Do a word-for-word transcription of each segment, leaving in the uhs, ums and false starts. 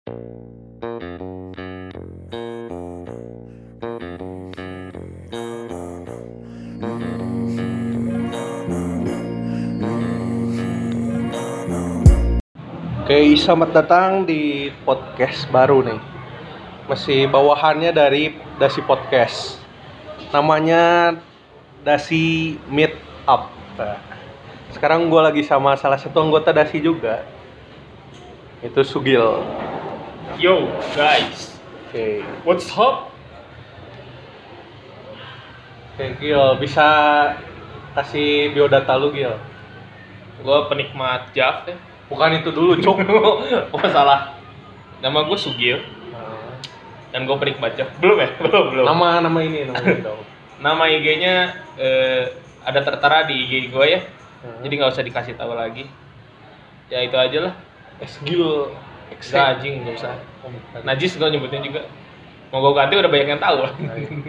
Oke, selamat datang di podcast baru nih. Masih bawahannya dari Dasi Podcast. Namanya Dasi Meet Up. Nah, sekarang gue lagi sama salah satu anggota Dasi juga. Itu Sugil. Yo guys, Oke. what's up? Oke, Gil, bisa kasih biodata lu, Gil? Gue penikmat Jav ya. Bukan itu dulu, Cuk. Oh salah. Nama gue Sugil dan gue penikmat Jav. Belum ya? Belum belum. Nama nama ini, nama ini dong. Nama I G-nya eh, ada tertera di I G gue ya. Hmm. Jadi nggak usah dikasih tahu lagi. Ya itu aja lah. Sgil. Nggak anjing nggak usah. Najis gue nyebutnya juga. Mau gue ganti udah banyak yang tahu lah.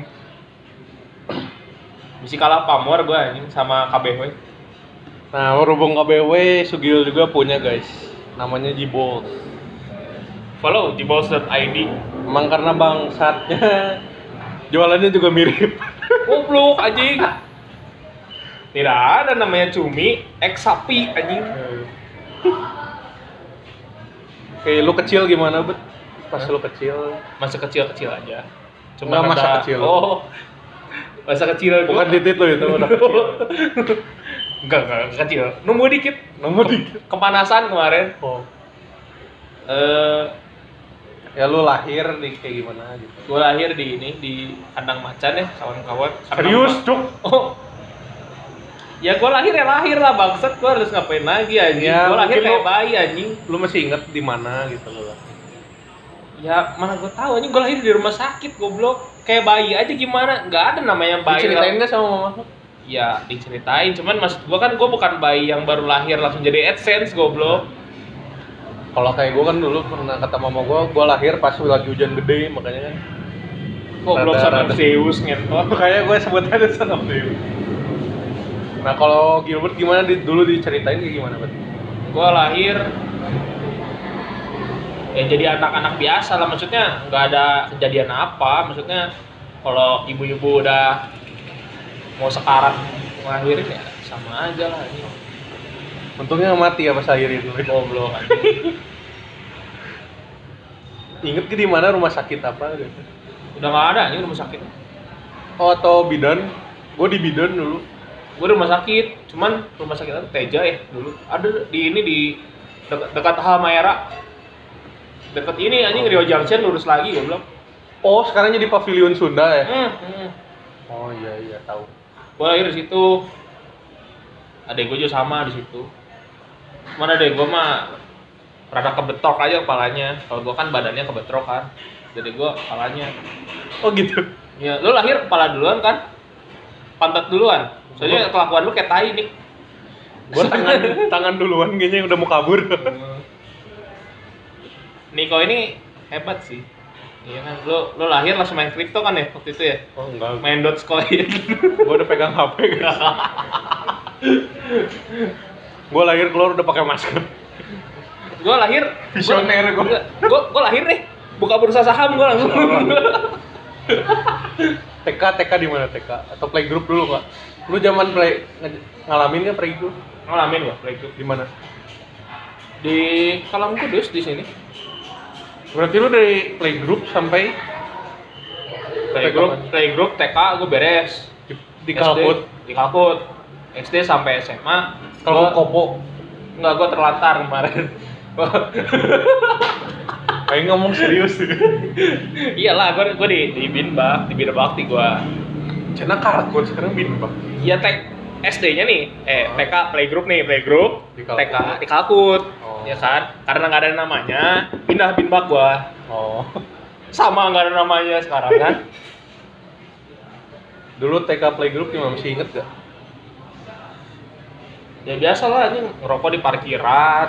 Mesti kalah pamor gue anjing sama K B W. Nah, berhubung K B W, Sugil juga punya guys. Namanya Jibols. Follow jibols dot i d. Emang karena bangsatnya jualannya juga mirip. Goblok anjing. Tidak ada namanya cumi, eks sapi anjing. Oke, lu kecil gimana, Bet? Pas lu kecil. Masa kecil-kecil aja. Nggak, masa ada- kecil. Oh. Masa kecil Bukan gua. titit lu itu, udah kecil. Enggak, enggak kecil. Nunggu dikit. Nunggu dikit. Kepanasan kemarin. Oh. Eh, Ya lu lahir di kayak gimana gitu. gua lahir di ini di kandang macan ya, kawan-kawan. Serius, Cuk? Oh. Ya gua lahir ya lahir lah bangsat, gua harus ngapain lagi anjing. Ya, Gua lahir mungkin kayak lu- bayi anjing. Lu masih inget di mana gitu lu lah. Ya mana gua tahu anjing, gua lahir di rumah sakit goblok. Kayak bayi aja gimana? Enggak ada namanya bayi. Diceritain nggak sama mama lu? Ya diceritain, cuman maksud gua kan gua bukan bayi yang baru lahir langsung jadi AdSense goblok. Kalau kayak gua kan dulu pernah kata mama gua, gua lahir pas lagi hujan gede, makanya kan. Goblok Rada- sama rada. Zeus ngentot. Kayak gue sebut aja Son of Zeus. Nah, kalau Gilbert gimana di, dulu diceritain kayak gimana, Bet? Gua lahir ya jadi anak-anak biasa lah, maksudnya nggak ada kejadian apa, maksudnya kalau ibu-ibu udah mau sekarat ngelahirin ya sama aja lah ini. Untungnya nggak mati ya pas lahirin dulu. Goblok anjing. Ingat ke di mana rumah sakit apa gitu? Udah nggak ada ini rumah sakit. Oh, atau bidan? Gue di bidan dulu. Gue di rumah sakit, cuman rumah sakit apa Teja ya dulu. Ada di ini di dekat, dekat Halmahera. Dekat ini anjing Rio Junction lurus lagi goblok. Oh, sekarang jadi pavilion Sunda ya? Hmm, hmm. Oh iya iya tahu. Gue lahir di situ. Adek gue juga sama di situ. Cuman adek gue mah rada kebetok aja kepalanya. Kalau gue kan badannya kebetrok kan. Jadi gue kepalanya. Oh gitu. Ya, lu lahir kepala duluan kan? Pantat duluan. Soalnya kelakuan lu kayak tai nih. Gue tangan tangan duluan kayaknya udah mau kabur. Niko ini hebat sih. Iya kan, lu lu lahir langsung main kripto kan ya waktu itu ya? Oh enggak. Main Dogecoin. Gue udah pegang H P. Gue lahir keluar udah pakai masker. Gue lahir Visioner gua. Gue gue lahir nih buka bursa saham gue langsung. T K T K di mana T K? Atau playgroup dulu Kak? Lu zaman play nge- ngalamin nggak playgroup? Ngalamin gua playgroup Di mana? di Kalam Kudus di sini. Berarti lu dari playgroup sampai Playgroup kapan? playgroup T K gue beres. di, di S D Kalkut. Di Kalkut. S D sampai S M A. Kalau Gua- Kopo, Enggak, gue terlantar kemarin. kayak ngomong serius. Iyalah, gue gue di di Binbak, di Bina Bakti gue. Cina Kalkut sekarang bin bang. Iya tek S D-nya nih, eh T K playgroup nih, playgroup Di T Kalkut. K di Kalkut. Oh. Ya kan? Karena nggak ada namanya, pindah Binbak gua. Oh. Sama nggak ada namanya sekarang kan. Dulu T K playgroup gimana masih inget gak? Ya biasa lah anjing, ngerokok di parkiran.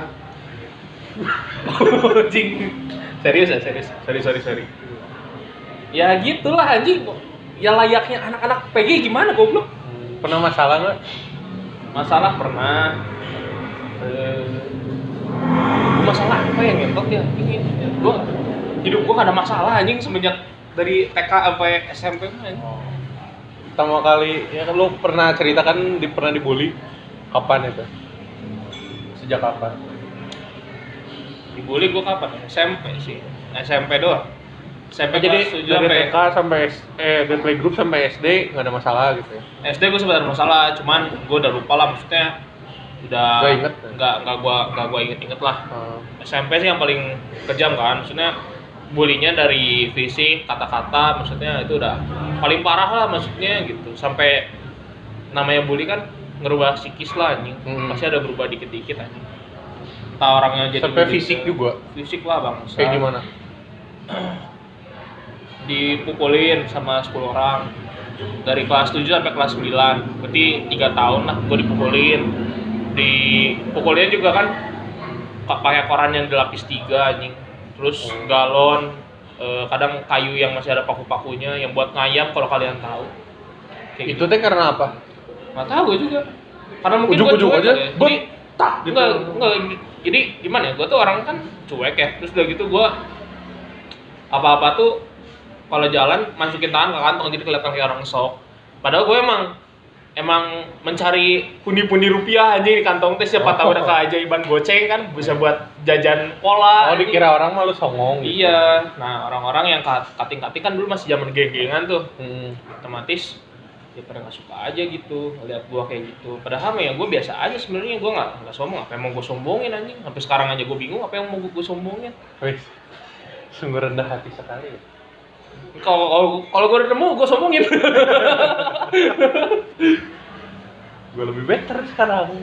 Anjing. Serius ya, serius. Sorry, sorry, sorry. Ya gitulah anjing. Ya layaknya anak-anak P G gimana goblok? Pernah masalah nggak? Masalah pernah. Eh, masalah apa yang ngentot ya ini gue hidup gue gak ada masalah anjing semenjak dari T K sampai S M P mah. Oh. Pertama kali ya kan lu pernah cerita kan di, pernah dibully kapan itu? Sejak kapan? Dibully gue kapan? S M P sih. S M P doang. S M P Jadi kelas tujuh dari sampai T K sampai S- eh dari playgroup sampai S D nggak ada masalah gitu ya? S D gue sebenarnya masalah, cuman gue udah lupa lah maksudnya udah Nggak inget? nggak nggak gue nggak gue inget-inget lah. Hmm. S M P sih yang paling kejam kan, maksudnya bulinya dari fisik, kata-kata, maksudnya itu udah paling parah lah maksudnya gitu. Sampai namanya bully kan ngerubah psikis lah anjing, Hmm. pasti ada berubah dikit-dikit anjing. Entah orangnya jadi Sampai bully fisik ke- juga? Fisik lah bang. Kayak gimana? Dipukulin sama sepuluh orang dari kelas tujuh sampai kelas sembilan, berarti tiga tahun lah gue dipukulin. Dipukulinnya juga kan ka- pakai koran yang dilapis tiga anjing, terus Hmm. galon, eh, kadang kayu yang masih ada paku-pakunya yang buat ngayam kalau kalian tahu. Kayak Itu teh karena apa? nggak tahu gue juga, karena mungkin gue Ujuk-ujuk cuek aja, ya. but, Jadi tak gitu. enggak, enggak, jadi gimana ya, gue tuh orang kan cuek ya, terus udah gitu gue apa-apa tuh kalau jalan masukin tangan ke kantong jadi kelihatan kayak orang sok. Padahal gue emang emang mencari pundi-pundi rupiah aja di kantong teh, siapa Oh. tahu ada keajaiban goceng kan bisa buat jajan pola. Oh dikira orang mah lu songong gitu. Iya, nah orang-orang yang kat- kating-kating kan dulu masih zaman geng-gengan tuh, Hmm. otomatis ya pada nggak suka aja gitu ngeliat gua kayak gitu. Padahal mah ya gua biasa aja sebenarnya, gua nggak nggak sombong. Apa yang mau gua sombongin anjing? Sampai sekarang aja gua bingung apa yang mau gua sombongin. Wih, sungguh rendah hati sekali ya. Kalau kalau kalau gua udah nemu gua sombongin. Gue lebih better sekarang.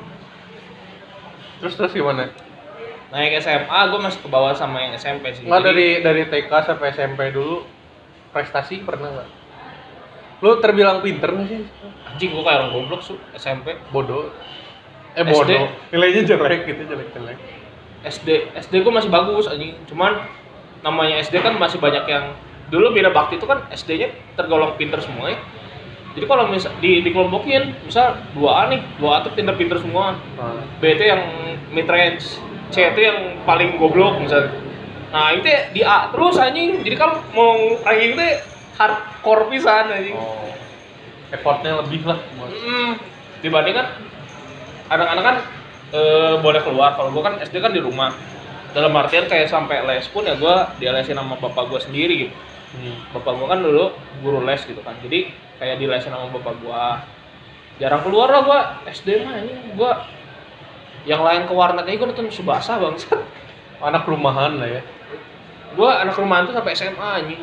Terus terus gimana? Naik S M A gua masih ke bawah sama yang S M P sih. Nggak Jadi, dari dari T K sampai S M P dulu prestasi pernah nggak? Lu terbilang pinter nggak sih? anjing gua kayak orang goblok su S M P. Bodoh. Eh S D. bodoh. Nilainya jelek gitu, jelek-jelek. S D S D gua masih bagus anjing. Cuman namanya S D kan masih banyak yang dulu beda bakti itu kan S D-nya tergolong pinter semua ya. Jadi kalau misal di dikelompokin, misal dua A nih, dua A tuh pinter-pinter semua. Nah, B itu yang mid range, C itu yang paling goblok misalnya. Nah, itu di A terus anjing. Jadi kan mau ranking itu hardcore pisan anjing. oh. Effortnya lebih lah buat. Mm, dibanding kan anak-anak kan eh, boleh keluar. Kalau gua kan S D kan di rumah. Dalam artian kayak sampai les pun ya gua dilesin sama bapak gua sendiri gitu. Hmm. Bapak gua kan dulu guru les gitu kan. Jadi kayak dilesin sama bapak gua. Jarang keluar lah gua S D mah ini gua yang lain ke warnet aja gua nonton Subasa bangsat. Anak rumahan lah ya. Gua anak rumahan tuh sampai S M A anjing.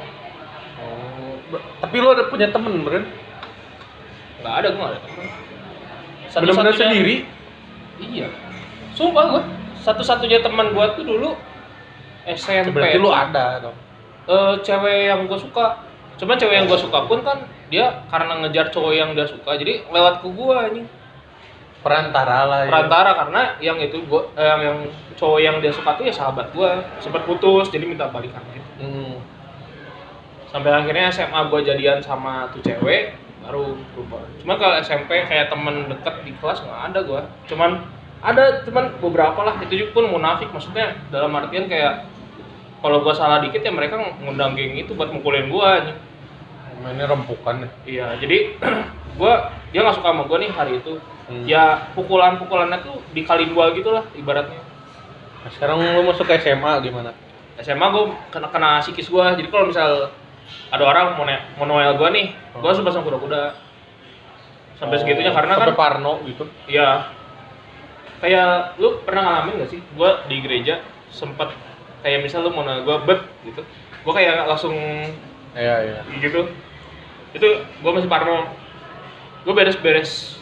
Oh. Ber- Tapi lu ada punya temen, Bren? Enggak ada, gua enggak ada teman. Bener-bener sendiri? Iya. Sumpah gua. Satu-satunya teman gua tuh dulu S M P. Berarti lu ada dong. Eh, cewek yang gue suka, cuman cewek yang gue suka pun kan dia karena ngejar cowok yang dia suka, jadi lewat ke gue anjing. Perantara lah ya. Perantara karena yang itu gue, eh, yang, yang cowok yang dia suka tuh ya sahabat gue, sempat putus, jadi minta balikan gitu. Hmm. Sampai akhirnya S M A gue jadian sama tuh cewek, baru berubah. Cuman kalau S M P kayak temen deket di kelas nggak ada gue, cuman ada cuman beberapa lah, itu juga pun munafik, maksudnya dalam artian kayak kalau gua salah dikit ya mereka ngundang geng itu buat mukulin gua anjing. Mainnya rempukan ya. Iya, jadi gua dia nggak suka sama gua nih hari itu. Hmm. Ya pukulan-pukulannya tuh dikali dua gitu lah ibaratnya. Nah, sekarang lu masuk ke S M A gimana? S M A gua kena kena psikis gua. Jadi kalau misal ada orang mau ne- mau noel gua nih, gua langsung pasang kuda-kuda. Sampai segitunya karena sampai kan parno gitu. iya. Kayak lu pernah ngalamin gak sih? Gua di gereja sempet kayak misal lu mau noel gua bet gitu. Gua kayak langsung Iya, iya. gitu. Itu gue masih parno. Gue beres-beres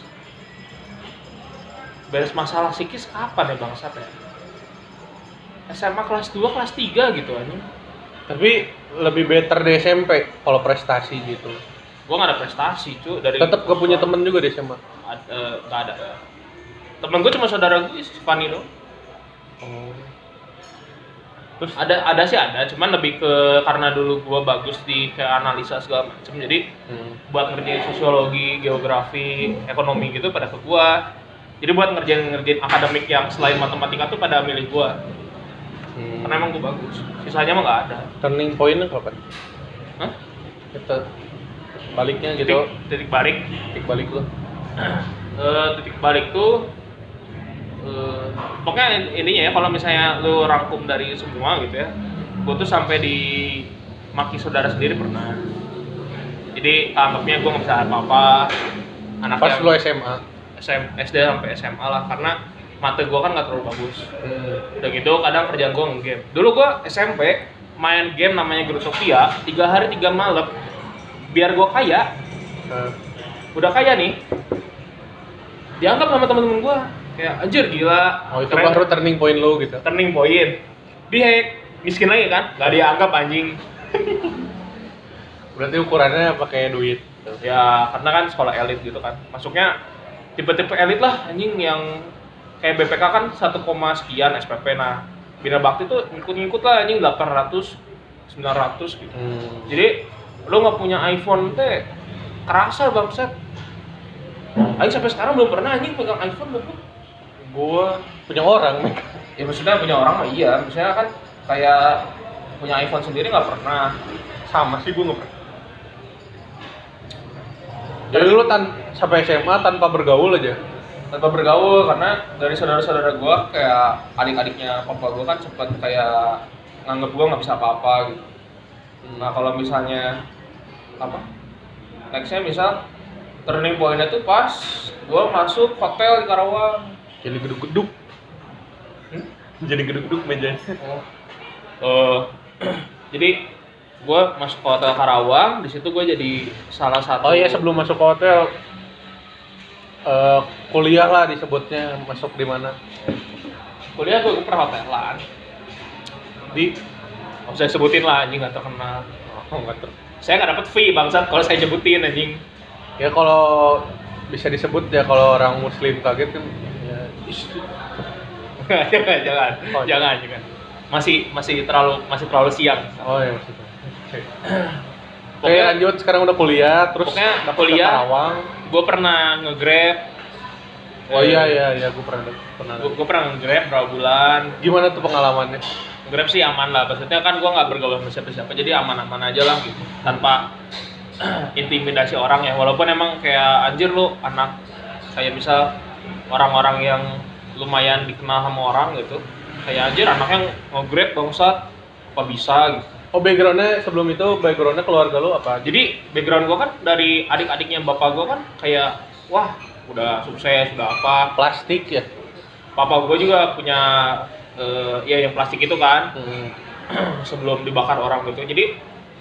beres masalah psikis kapan ya bangsat ya? S M A kelas dua, kelas tiga gitu anjing. Tapi lebih better di S M P kalau prestasi gitu. Gue gak ada prestasi cu dari Tetap gak punya temen juga di S M A. Ad, eh, gak ada. Temen gue cuma saudara gue si Fani doang. Oh. Terus ada ada sih ada, cuman lebih ke karena dulu gue bagus di kayak analisa segala macam. Jadi Hmm. buat ngerjain sosiologi, geografi, ekonomi gitu pada ke gue. Jadi buat ngerjain-ngerjain akademik yang selain matematika tuh pada milih gua. Hmm. Karena emang gua bagus. Sisanya mah nggak ada. Turning point-nya kapan? Hah? Kita baliknya Titik, gitu. titik balik. Titik balik lo. Eh, titik balik tuh eh, pokoknya intinya ya kalau misalnya lu rangkum dari semua gitu ya, gua tuh sampai di maki saudara sendiri pernah. Jadi anggapnya gua nggak bisa apa-apa. Anak Pas yang lo S M A. S M, S D sampai S M A lah, karena mata gua kan nggak terlalu bagus. Hmm. Udah gitu kadang kerjaan gua nge-game. Dulu gua S M P main game namanya Grotopia tiga hari tiga malam biar gua kaya. Nah. Udah kaya nih, dianggap sama temen-temen gua kayak anjir gila. Oh itu keren. baru turning point lo gitu. Turning point. Di hack, miskin lagi kan? Gak dianggap anjing. Berarti ukurannya pakai duit. Ya karena kan sekolah elit gitu kan. Masuknya tipe-tipe elit lah anjing yang kayak B P K kan satu koma sekian S P P. Nah, Bina Bakti tuh ngikut-ngikut lah anjing delapan ratus, sembilan ratus gitu. Hmm. Jadi lo nggak punya iPhone teh kerasa bangsat. Aing sampai sekarang belum pernah anjing pegang iPhone belum. Gua punya orang nih. Ya maksudnya punya orang mah iya, misalnya kan kayak punya iPhone sendiri nggak pernah. Sama sih gua nggak pernah. Jadi lu tan sampai S M A tanpa bergaul aja. Tanpa bergaul karena dari saudara-saudara gua kayak adik-adiknya papa gua kan sempat kayak nganggep gua nggak bisa apa-apa gitu. Nah kalau misalnya apa? Nextnya misal turning point-nya tuh pas gua masuk hotel di Karawang. Jadi geduk-geduk. Hmm? Jadi geduk-geduk mejanya. Oh. Uh, jadi gue masuk ke hotel Karawang, di situ gue jadi salah satu. Oh iya sebelum masuk ke hotel uh, kuliah lah disebutnya, masuk di mana? Kuliah gue pernah hotelan. Di Nggak usah sebutin lah anjing, nggak terkenal. oh enggak tuh. Saya nggak dapet fee bangsat kalau saya nyebutin anjing. Ya kalau bisa disebut ya kalau orang muslim kaget kan ya jangan, jangan, Oh, jangan, jangan. Masih masih terlalu masih terlalu siang. oh ya maksudnya. Oke. Oke Pokoknya- lanjut sekarang udah kuliah terus Pokoknya dapet kuliah. ke Karawang. Gue pernah nge-grab. Oh iya iya iya gue pernah pernah. Gue, gue pernah nge-grab berapa bulan. Gimana tuh pengalamannya? Grab sih aman lah, maksudnya kan gue nggak bergaul sama siapa-siapa, jadi aman-aman aja lah gitu, tanpa intimidasi orang ya, walaupun emang kayak anjir lu anak, kayak misal orang-orang yang lumayan dikenal sama orang gitu, kayak anjir anaknya nge-grab bangsat, apa bisa gitu. Oh backgroundnya sebelum itu backgroundnya keluarga lu apa? Jadi background gue kan dari adik-adiknya bapak gue kan kayak, wah udah sukses, udah apa, Plastik ya? papa gue juga punya uh, ya yang plastik itu kan, Hmm. sebelum dibakar orang gitu. Jadi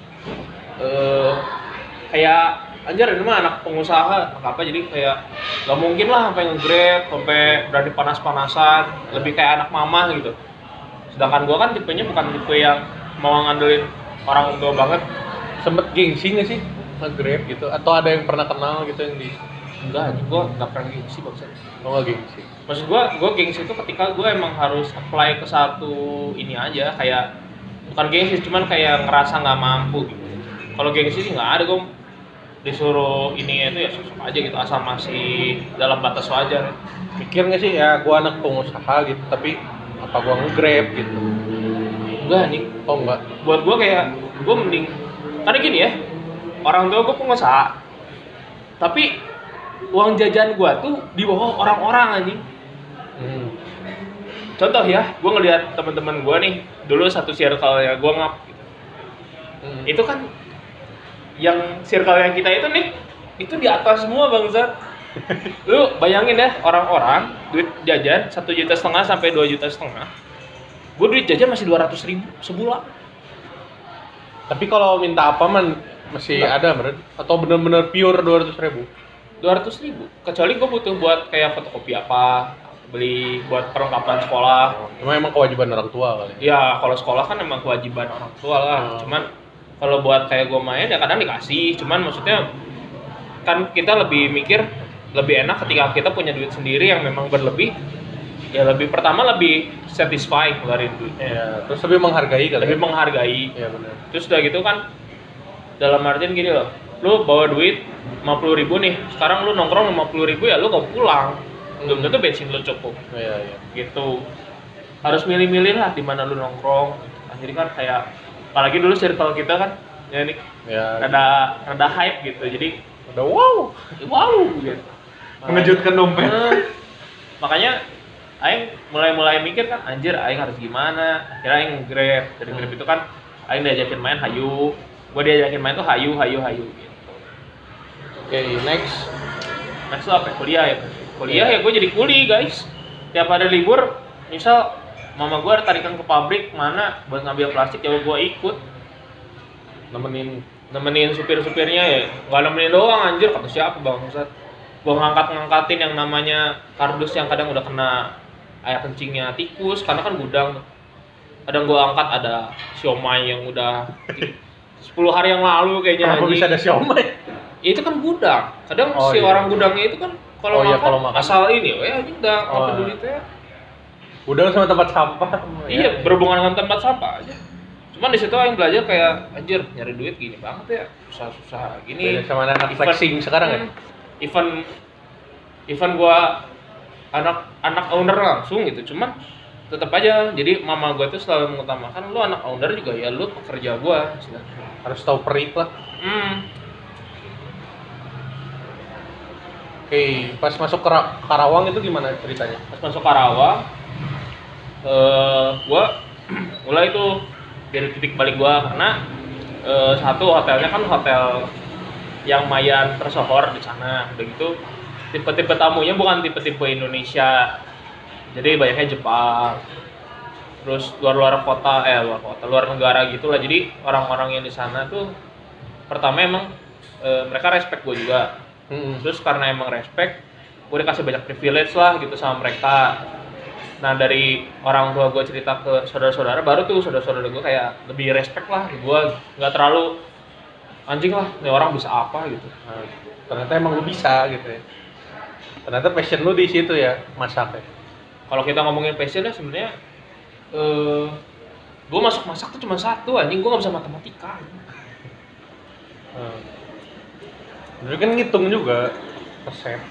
uh, kayak anjir ini mah anak pengusaha anak apa, jadi kayak gak mungkin lah sampai nge-grab sampai berani panas-panasan, lebih kayak anak mama gitu. Sedangkan gua kan tipenya bukan tipe yang mau ngandelin orang tua banget. Sempet gengsi nggak sih nge-grab gitu? Atau ada yang pernah kenal gitu yang di? Enggak, anjing gua gak pernah gengsi bangsa. Oh nggak gengsi. Maksud gua, gua gengsi itu ketika gua emang harus apply ke satu ini aja, kayak bukan gengsi, cuman kayak ngerasa nggak mampu gitu. Kalau gengsi sih nggak ada, gua disuruh ini itu ya sosok aja gitu, asal masih dalam batas wajar. Mikir nggak sih ya gua anak pengusaha gitu tapi apa gua nge-grab gitu? Enggak anjing. Oh enggak. Buat gua kayak gua mending, karena gini ya, orang tua gua pengusaha, tapi uang jajan gua tuh di bawah orang-orang anjing. Hmm. Contoh ya, gua ngelihat teman-teman gua nih dulu satu circle ya gua ngap gitu. Hmm. Itu kan yang circle yang kita itu nih, itu di atas semua bangsat. Lu bayangin ya, orang-orang duit jajan satu juta setengah sampai dua juta setengah. Gue duit jajan masih dua ratus ribu sebulan. Tapi kalau minta apa man masih Enggak. ada berarti? Atau bener-bener pure dua ratus ribu? dua ratus ribu. Kecuali gue butuh buat kayak fotokopi apa, beli buat perlengkapan sekolah. Cuma emang kewajiban orang tua kali. Ya kalau sekolah kan emang kewajiban orang tua lah. Hmm. Cuman kalau buat kayak gue main ya kadang dikasih. Cuman maksudnya kan kita lebih mikir lebih enak ketika kita punya duit sendiri yang memang berlebih. Ya lebih pertama lebih satisfy ngeluarin duitnya. Ya, terus lebih menghargai kali. Lebih menghargai. Iya benar. Terus udah gitu kan dalam artian gini loh. Lu bawa duit lima puluh ribu nih. Sekarang lu nongkrong lima puluh ribu ya lu gak pulang. belum tentu bensin lu cukup. Iya, iya. Gitu. Harus milih-milih lah di mana lu nongkrong. Akhirnya kan kayak apalagi dulu circle kita kan ya nih Ya. rada rada hype gitu. Jadi Udah wow. wow gitu. Mengejutkan dompet. Eh, makanya aing mulai-mulai mikir kan anjir aing harus gimana. Akhirnya aing Grab. Dari Grab Hmm. itu kan aing diajakin main hayu. Gua diajakin main tuh hayu hayu hayu gitu. Oke, next. Next tuh apa? Kuliah ya. Kuliah Iya. ya gue jadi kuli guys. Tiap ada libur, misal mama gue ada tarikan ke pabrik mana buat ngambil plastik ya gue ikut Nemenin. nemenin supir-supirnya ya. Nggak nemenin doang anjir, kata siapa bangsat. Gue ngangkat-ngangkatin yang namanya kardus yang kadang udah kena air kencingnya tikus karena kan gudang. Kadang gue angkat ada siomay yang udah sepuluh hari yang lalu kayaknya. Kenapa anjing. bisa ada siomay? Ya, itu kan gudang. Kadang Oh, si iya. orang gudangnya itu kan kalau Oh, iya, makan, kalau makan. asal ini, oh ya ini udah nggak Oh, peduli teh. Udah sama tempat sampah. Iya, berhubungan dengan tempat sampah aja. Cuman di situ yang belajar kayak anjir nyari duit gini banget ya, susah-susah gini. Beda sama anak Event- flexing sekarang ya? hmm, Event event gua anak anak owner langsung gitu. Cuman tetap aja jadi mama gua tuh selalu mengutamakan lu anak owner juga ya lu pekerja gua. Harus tahu perik lah. Hmm. Oke, pas masuk ke Ra- Karawang itu gimana ceritanya? Pas masuk Karawang eh gua mulai tuh dari titik balik gua karena eh, satu hotelnya kan hotel yang lumayan tersohor di sana. Udah gitu tipe-tipe tamunya bukan tipe-tipe Indonesia. Jadi banyaknya Jepang. Terus luar-luar kota eh luar kota, luar negara gitu lah. Jadi orang-orang yang di sana tuh pertama emang eh, mereka respect gua juga. Hmm. Terus karena emang respect, gue dikasih banyak privilege lah gitu sama mereka. Nah dari orang tua gue cerita ke saudara-saudara, baru tuh saudara-saudara gue kayak lebih respect lah. Gue nggak terlalu anjing lah, nih orang bisa apa gitu. Nah, ternyata emang lu bisa gitu ya. Ternyata passion lu di situ ya, masak ya. Kalau kita ngomongin passion ya sebenarnya, eh, gue masuk masak tuh cuma satu anjing, gue nggak bisa matematika. Hmm. Jadi kan ngitung juga resep.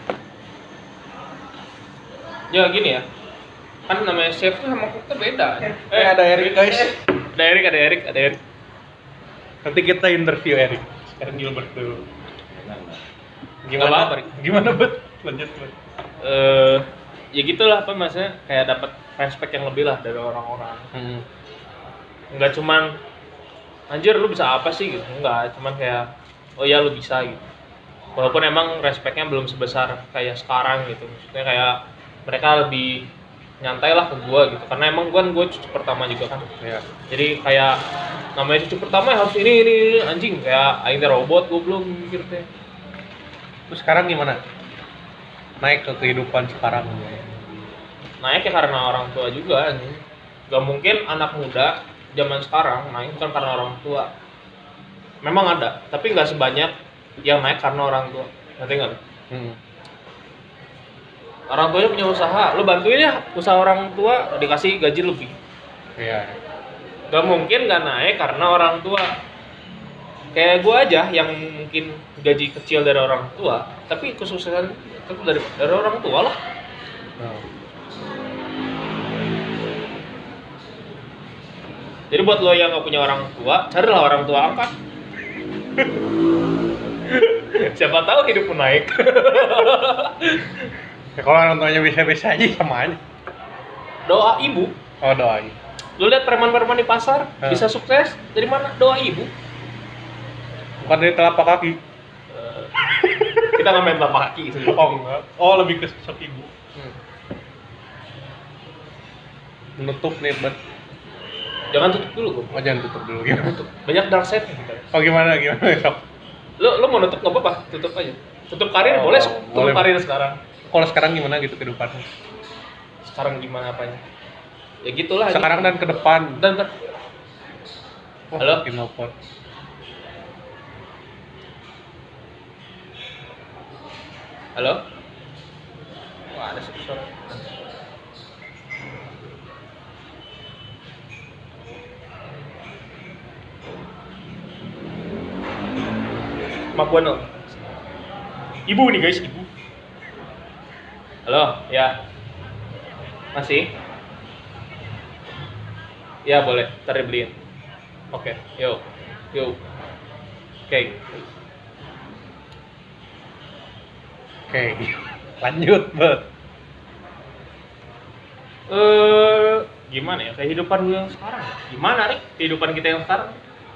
Ya gini ya, kan namanya chef tuh sama cook tuh beda. Eh, ada Erik, guys. Ada Erik, ada Erik, ada Erik. Nanti kita interview Erik. Sekarang Gilbert dulu. Nggak apa-apa, Rik. Gimana, Bet? Lanjut, Bet. Eh, ya gitulah apa maksudnya kayak dapat respect yang lebih lah dari orang-orang. Hmm. Nggak cuman anjir lu bisa apa sih gitu, enggak, cuman kayak oh ya lu bisa gitu. Walaupun emang respectnya belum sebesar kayak sekarang gitu, maksudnya kayak mereka lebih nyantai lah ke gua gitu, karena emang gua gua cucu pertama juga kan. Ya. Jadi kayak namanya cucu pertama ya harus ini ini, ini. Anjing kayak aing teh robot gua belum mikir teh. Terus sekarang gimana? Naik ke kehidupan sekarang. Naik ya karena orang tua juga anjing. Gak mungkin anak muda zaman sekarang naik bukan karena orang tua. Memang ada, tapi nggak sebanyak yang naik karena orang tua. Ngerti nggak? Hmm. Orang tuanya punya usaha, lu bantuin ya usaha orang tua dikasih gaji lebih. Iya. Gak mungkin nggak naik karena orang tua. Kayak gua aja yang mungkin gaji kecil dari orang tua, tapi kesuksesan tetap dari dari orang tua lah. Nah. Jadi buat lo yang nggak punya orang tua, carilah orang tua angkat. Siapa tahu hidupmu naik. Ya, kalau orang tuanya bisa-bisa aja sama aja. Doa ibu. Oh, doain. Lu lihat preman-preman di pasar Hmm. bisa sukses dari mana? Doa ibu. Bukan dari telapak kaki. Eh, kita nggak main telapak kaki gitu. Oh, enggak. Oh, lebih ke sosok ibu. Hmm. Menutup nih, Bet. Jangan tutup dulu gua. Oh, jangan tutup dulu gimana? Tutup. Banyak dark side kita. Oh, gimana? Gimana, sok? Lu lu mau nutup nggak apa-apa, tutup aja. Tutup karir Oh, boleh, tutup boleh. karir sekarang. Kalau sekarang gimana gitu kehidupannya? Sekarang gimana apanya? Ya gitulah. Sekarang dan ke depan. dan, dan Oh, Halo? makin nelpon. halo. Wah ada suara. Mak gua no. Ibu nih guys, ibu. Halo, ya. Masih? Ya boleh, ntar dibeliin. Oke, yuk. Yuk. Oke. Oke, lanjut, Bet. Eh, gimana ya kehidupan gue yang sekarang? Ya? Gimana nih kehidupan kita yang sekarang?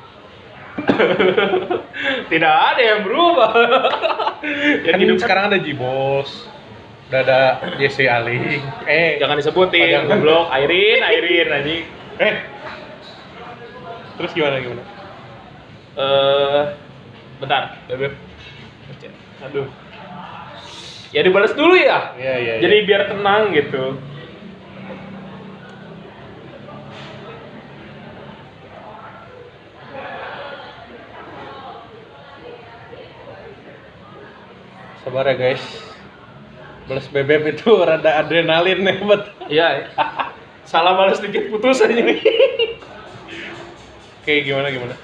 Tidak ada yang berubah. Ya, Kan kehidupan- sekarang ada Jibos, udah ada Jesse Aling. Eh, Jangan disebutin, Oh, jangan. goblok. Airin, Airin anjing. eh. Terus gimana gimana? Eh, bentar, bebek. Aduh. Ya dibalas dulu ya. Iya, iya. Jadi iya. biar tenang gitu. Sabar ya, guys. Balas bebek itu rada adrenalin nih, Bet. Iya. Salah balas dikit putus aja. Oke, gimana gimana?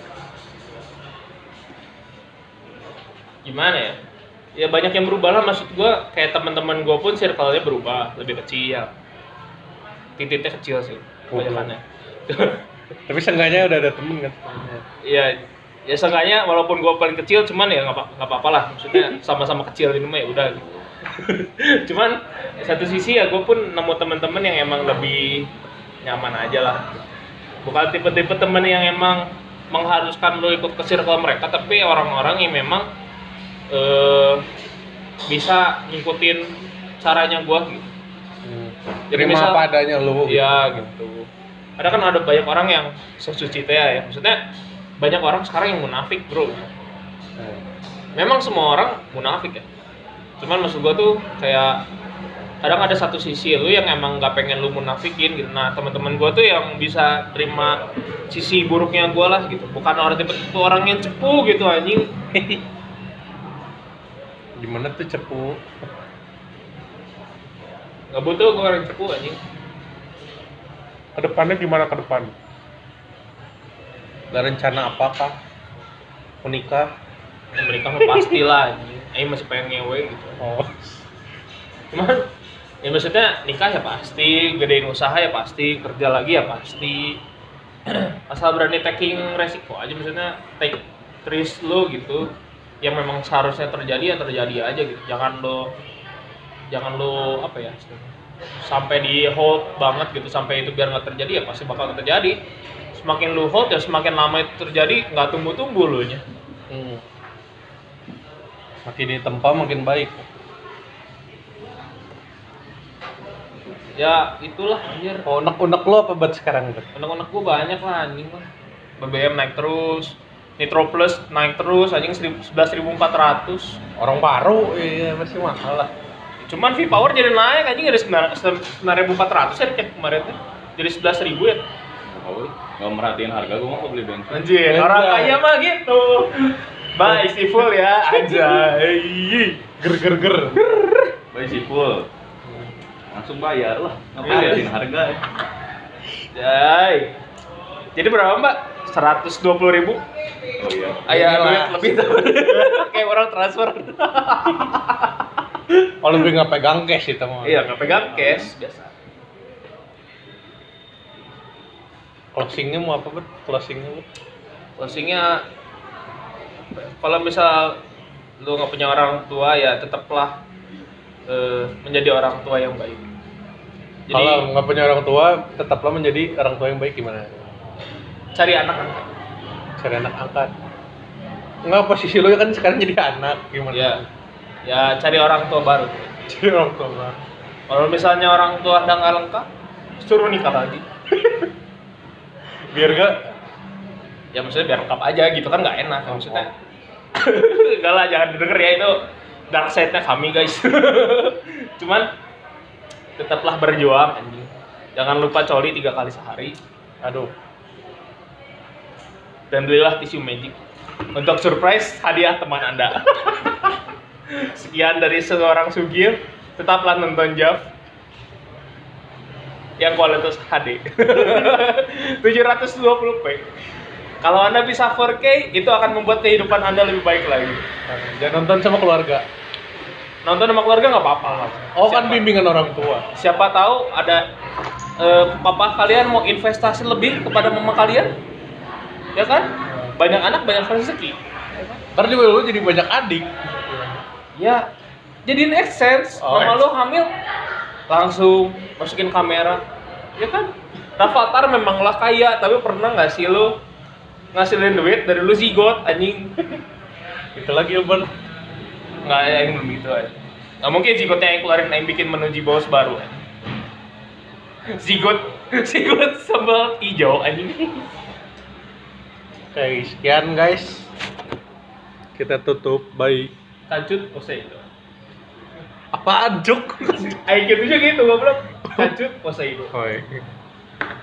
Gimana ya? Ya banyak yang berubah lah, maksud gua kayak teman-teman gua pun circle-nya berubah, lebih kecil. Titiknya kecil sih, kebanyakannya. Tapi seenggaknya udah ada temen kan? Iya, ya seenggaknya walaupun gua paling kecil, cuman ya nggak apa- nggak apa-apa lah, maksudnya sama-sama kecil ini mah ya udah gitu. Cuman satu sisi ya gua pun nemu teman-teman yang emang lebih nyaman aja lah. Bukan tipe-tipe temen yang emang mengharuskan lo ikut ke circle mereka, tapi orang-orang yang memang eh, bisa ngikutin caranya gua gitu. Hmm. Jadi Terima misal- apa adanya lu. Iya gitu. Ada kan ada banyak orang yang sesuci teh ya, maksudnya banyak orang sekarang yang munafik bro. Hmm. Memang semua orang munafik ya. Cuman maksud gua tuh kayak kadang ada satu sisi lu yang emang nggak pengen lu munafikin gitu. Nah teman-teman gua tuh yang bisa terima sisi buruknya gua lah gitu. Bukan orang tipe-tipe orang yang cepu gitu anjing. Gimana tuh cepu? Nggak butuh gua orang cepu anjing. Kedepannya gimana ke depan? Ada rencana apakah? Menikah? Mereka mah pastilah anjing. Aing masih pengen ngewe gitu. Oh. Cuman ya maksudnya nikah ya pasti, gedein usaha ya pasti, kerja lagi ya pasti. Asal berani taking resiko aja, maksudnya take risk lo gitu. Yang memang seharusnya terjadi ya terjadi aja gitu. Jangan lo jangan lo apa ya? Sampai di hold banget gitu sampai itu biar nggak terjadi ya pasti bakal terjadi. Semakin lo hold ya semakin lama itu terjadi nggak tumbuh-tumbuh lo nya. Hmm. Makin ditempa makin baik. Ya itulah anjir. Oh, unek-unek lo apa buat sekarang, Bet? Anak-anak gua banyak lah anjing lah. B B M naik terus, Nitro Plus naik terus, anjing sebelas ribu empat ratus. Orang baru, iya masih mahal lah. Cuman V-Power jadi naik anjing dari sembilan ribu empat ratus ya cek kemarin tuh. Jadi sebelas ribu ya. Oh, nggak merhatiin harga, gue mau beli bensin. Anjir, Anjay. orang kaya mah gitu. Bye, isi full ya, anjay. Ger ger ger. Bayi si full, langsung bayar lah. Ngapain Iya. liatin harga ya? Jai. Jadi berapa mbak? seratus dua puluh ribu? Oh iya. Ayah Inilah. duit lebih tuh. Kayak orang transfer. Oh, lebih nggak pegang cash itu mah. Iya, nggak pegang cash biasa. Closingnya mau apa, Bet? Closingnya, Bet? Closingnya kalau misal lu nggak punya orang tua ya tetaplah eh, menjadi orang tua yang baik. Jadi Kalau nggak punya orang tua, tetaplah menjadi orang tua yang baik gimana? cari anak angkat. Cari anak angkat. Nggak, posisi lo kan sekarang jadi anak, gimana? Ya, ya cari orang tua baru. Jadi orang tua. Bang. Kalau misalnya orang tua udah nggak lengkap, suruh nikah lagi. Biar gak Ya maksudnya biar lengkap aja gitu kan nggak enak maksudnya. Enggak lah, jangan denger ya itu dark side-nya kami guys. Cuman tetaplah berjuang anjing. Jangan lupa coli tiga kali sehari. aduh. Dan belilah tisu magic untuk surprise hadiah teman Anda. Sekian dari seorang Sugir, tetaplah nonton Jav yang kualitas H D tujuh ratus dua puluh p. Kalau Anda bisa empat K, itu akan membuat kehidupan Anda lebih baik lagi. Jangan nonton sama keluarga. nonton sama keluarga nggak apa-apa Mas. Oh kan Siapa- bimbingan orang tua. Siapa tahu ada eh, papa kalian mau investasi lebih kepada mama kalian, ya kan? Banyak anak banyak rezeki. Ntar juga lu jadi banyak adik. Ya, jadiin AdSense. Oh, Mama AdSense. lu hamil, langsung masukin kamera, ya kan? Rafathar memanglah kaya, tapi pernah nggak sih lu ngasilin duit dari lu zigot anjing? Itu lagi Gilbert. Nggak, ya yang belum gitu aja. Nggak mungkin zigotnya yang keluarin yang bikin menu Jibos baru. Zigot, zigot sambal hijau anjing. Oke, sekian guys. Kita tutup. Bye. Kancut Poseidon. Apaan, Cuk? Aing gitu juga gitu goblok. Kancut Poseidon. Oi.